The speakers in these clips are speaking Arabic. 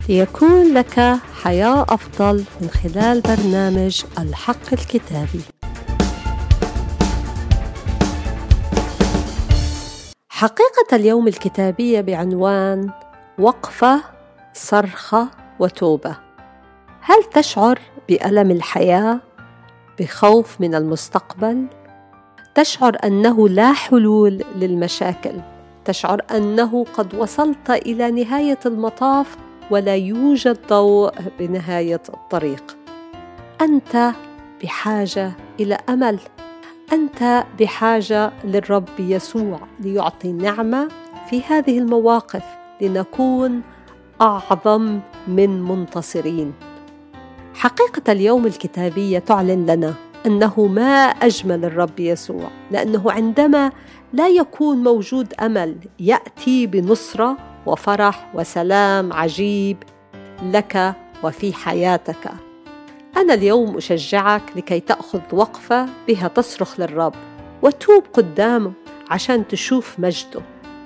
ليكون لك حياة أفضل من خلال برنامج الحق الكتابي. حقيقة اليوم الكتابية بعنوان وقفة، صرخة وتوبة. هل تشعر بألم الحياة؟ بخوف من المستقبل؟ تشعر أنه لا حلول للمشاكل؟ تشعر أنه قد وصلت إلى نهاية المطاف ولا يوجد ضوء بنهاية الطريق؟ أنت بحاجة إلى أمل، أنت بحاجة للرب يسوع ليعطي نعمة في هذه المواقف لنكون أعظم من منتصرين. حقيقة اليوم الكتابية تعلن لنا أنه ما أجمل الرب يسوع، لأنه عندما لا يكون موجود أمل يأتي بنصرة وفرح وسلام عجيب لك وفي حياتك. أنا اليوم أشجعك لكي تأخذ وقفة بها تصرخ للرب وتوب قدامه عشان تشوف مجده.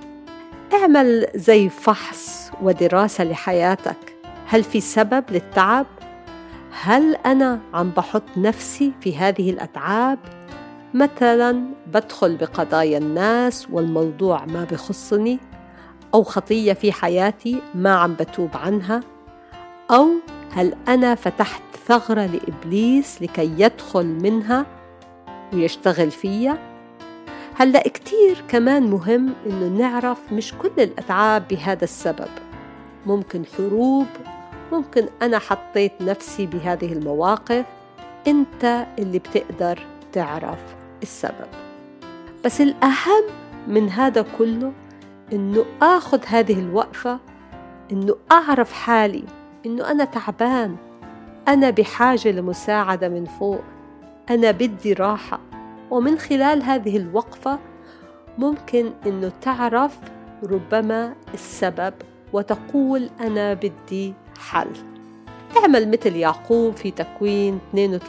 اعمل زي فحص ودراسة لحياتك. هل في سبب للتعب؟ هل أنا عم بحط نفسي في هذه الأتعاب؟ مثلاً بدخل بقضايا الناس والموضوع ما بخصني، أو خطية في حياتي ما عم بتوب عنها، أو هل أنا فتحت ثغرة لإبليس لكي يدخل منها ويشتغل فيها؟ هلأ كتير كمان مهم إنه نعرف مش كل الأتعاب بهذا السبب. ممكن حروب، ممكن أنا حطيت نفسي بهذه المواقف. أنت اللي بتقدر تعرف السبب. بس الأهم من هذا كله إنه آخذ هذه الوقفة، إنه أعرف حالي، إنه أنا تعبان، أنا بحاجة لمساعدة من فوق، أنا بدي راحة. ومن خلال هذه الوقفة ممكن إنه تعرف ربما السبب وتقول أنا بدي حل. اعمل مثل يعقوب في تكوين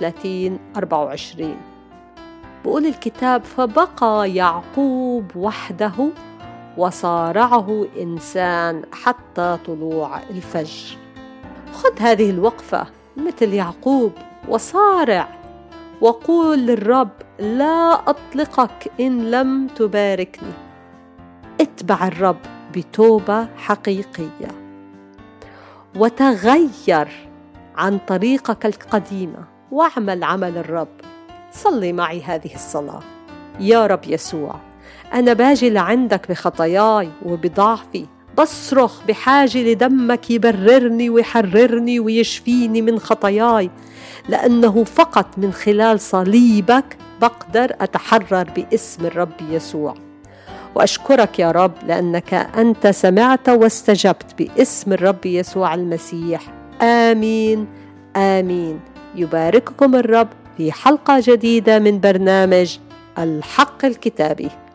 32:24. بقول الكتاب: فبقى يعقوب وحده وصارعه إنسان حتى طلوع الفجر. خذ هذه الوقفة مثل يعقوب وصارع وقول للرب: لا أطلقك إن لم تباركني. اتبع الرب بتوبة حقيقية وتغير عن طريقك القديمة واعمل عمل الرب. صلي معي هذه الصلاة: يا رب يسوع، أنا باجي لعندك بخطاياي وبضعفي، بصرخ بحاجة لدمك يبررني ويحررني ويشفيني من خطاياي، لأنه فقط من خلال صليبك بقدر أتحرر باسم الرب يسوع. وأشكرك يا رب لأنك أنت سمعت واستجبت باسم الرب يسوع المسيح. آمين آمين. يبارككم الرب في حلقة جديدة من برنامج الحق الكتابي.